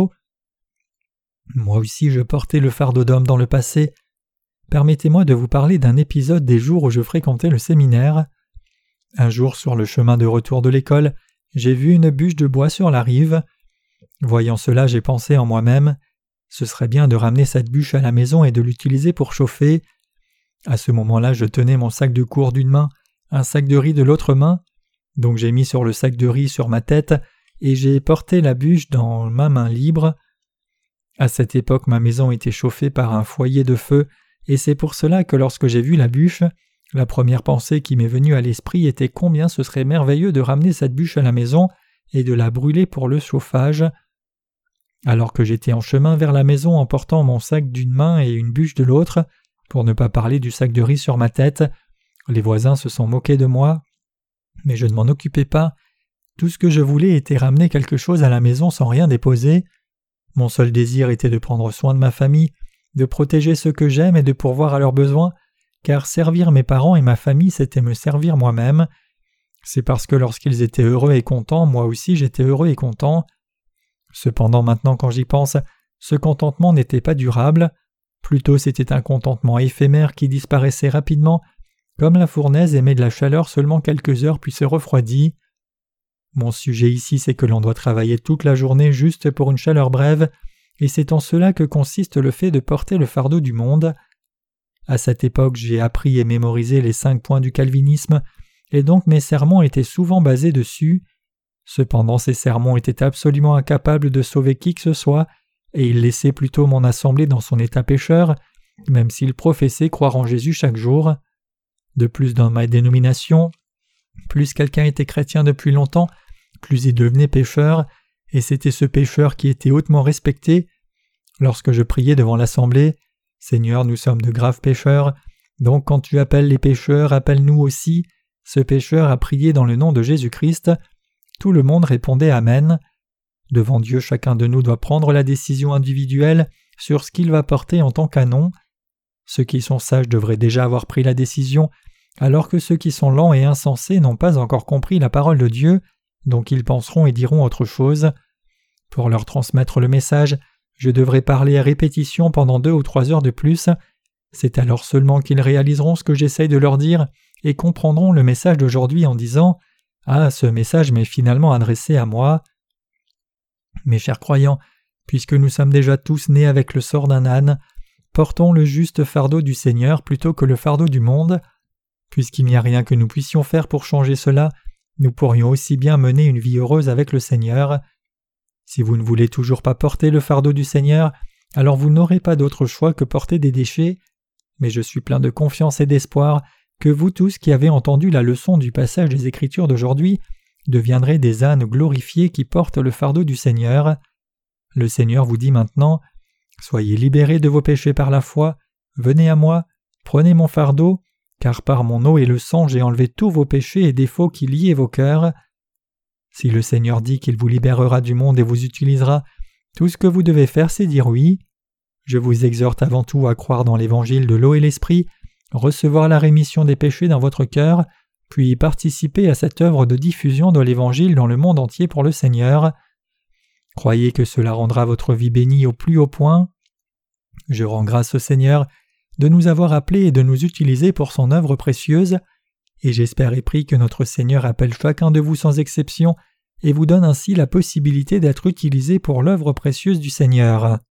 Moi aussi je portais le fardeau d'homme dans le passé. Permettez-moi de vous parler d'un épisode des jours où je fréquentais le séminaire. Un jour, sur le chemin de retour de l'école, j'ai vu une bûche de bois sur la rive. Voyant cela, j'ai pensé en moi-même, ce serait bien de ramener cette bûche à la maison et de l'utiliser pour chauffer. À ce moment-là, je tenais mon sac de cours d'une main, un sac de riz de l'autre main, donc j'ai mis sur le sac de riz sur ma tête et j'ai porté la bûche dans ma main libre. À cette époque, ma maison était chauffée par un foyer de feu, et c'est pour cela que lorsque j'ai vu la bûche, la première pensée qui m'est venue à l'esprit était combien ce serait merveilleux de ramener cette bûche à la maison et de la brûler pour le chauffage. Alors que j'étais en chemin vers la maison en portant mon sac d'une main et une bûche de l'autre, pour ne pas parler du sac de riz sur ma tête, les voisins se sont moqués de moi, mais je ne m'en occupais pas. Tout ce que je voulais était ramener quelque chose à la maison sans rien déposer. Mon seul désir était de prendre soin de ma famille, de protéger ceux que j'aime et de pourvoir à leurs besoins, car servir mes parents et ma famille, c'était me servir moi-même. C'est parce que lorsqu'ils étaient heureux et contents, moi aussi j'étais heureux et content. Cependant, maintenant quand j'y pense, ce contentement n'était pas durable. Plutôt c'était un contentement éphémère qui disparaissait rapidement, comme la fournaise émet de la chaleur seulement quelques heures puis se refroidit. Mon sujet ici, c'est que l'on doit travailler toute la journée juste pour une chaleur brève, et c'est en cela que consiste le fait de porter le fardeau du monde. À cette époque, j'ai appris et mémorisé les 5 points du calvinisme, et donc mes sermons étaient souvent basés dessus. Cependant ces sermons étaient absolument incapables de sauver qui que ce soit, et il laissait plutôt mon assemblée dans son état pécheur, même s'il professait croire en Jésus chaque jour. De plus dans ma dénomination, plus quelqu'un était chrétien depuis longtemps, plus il devenait pécheur, et c'était ce pécheur qui était hautement respecté. Lorsque je priais devant l'assemblée, « Seigneur, nous sommes de graves pécheurs, donc quand tu appelles les pécheurs, appelle-nous aussi. » Ce pécheur a prié dans le nom de Jésus-Christ. Tout le monde répondait « Amen ». Devant Dieu, chacun de nous doit prendre la décision individuelle sur ce qu'il va porter en tant qu'anon. Ceux qui sont sages devraient déjà avoir pris la décision, alors que ceux qui sont lents et insensés n'ont pas encore compris la parole de Dieu, donc ils penseront et diront autre chose. Pour leur transmettre le message, je devrais parler à répétition pendant 2 ou 3 heures de plus. C'est alors seulement qu'ils réaliseront ce que j'essaye de leur dire et comprendront le message d'aujourd'hui en disant « Ah, ce message m'est finalement adressé à moi ». Mes chers croyants, puisque nous sommes déjà tous nés avec le sort d'un âne, portons le juste fardeau du Seigneur plutôt que le fardeau du monde. Puisqu'il n'y a rien que nous puissions faire pour changer cela, nous pourrions aussi bien mener une vie heureuse avec le Seigneur. Si vous ne voulez toujours pas porter le fardeau du Seigneur, alors vous n'aurez pas d'autre choix que porter des déchets. Mais je suis plein de confiance et d'espoir que vous tous qui avez entendu la leçon du passage des Écritures d'aujourd'hui deviendrez des ânes glorifiés qui portent le fardeau du Seigneur. Le Seigneur vous dit maintenant « Soyez libérés de vos péchés par la foi, venez à moi, prenez mon fardeau, car par mon eau et le sang j'ai enlevé tous vos péchés et défauts qui liaient vos cœurs. » Si le Seigneur dit qu'il vous libérera du monde et vous utilisera, tout ce que vous devez faire c'est dire oui. Je vous exhorte avant tout à croire dans l'évangile de l'eau et l'esprit, recevoir la rémission des péchés dans votre cœur, puis participer à cette œuvre de diffusion de l'évangile dans le monde entier pour le Seigneur. Croyez que cela rendra votre vie bénie au plus haut point. Je rends grâce au Seigneur de nous avoir appelés et de nous utiliser pour son œuvre précieuse, et j'espère et prie que notre Seigneur appelle chacun de vous sans exception et vous donne ainsi la possibilité d'être utilisé pour l'œuvre précieuse du Seigneur.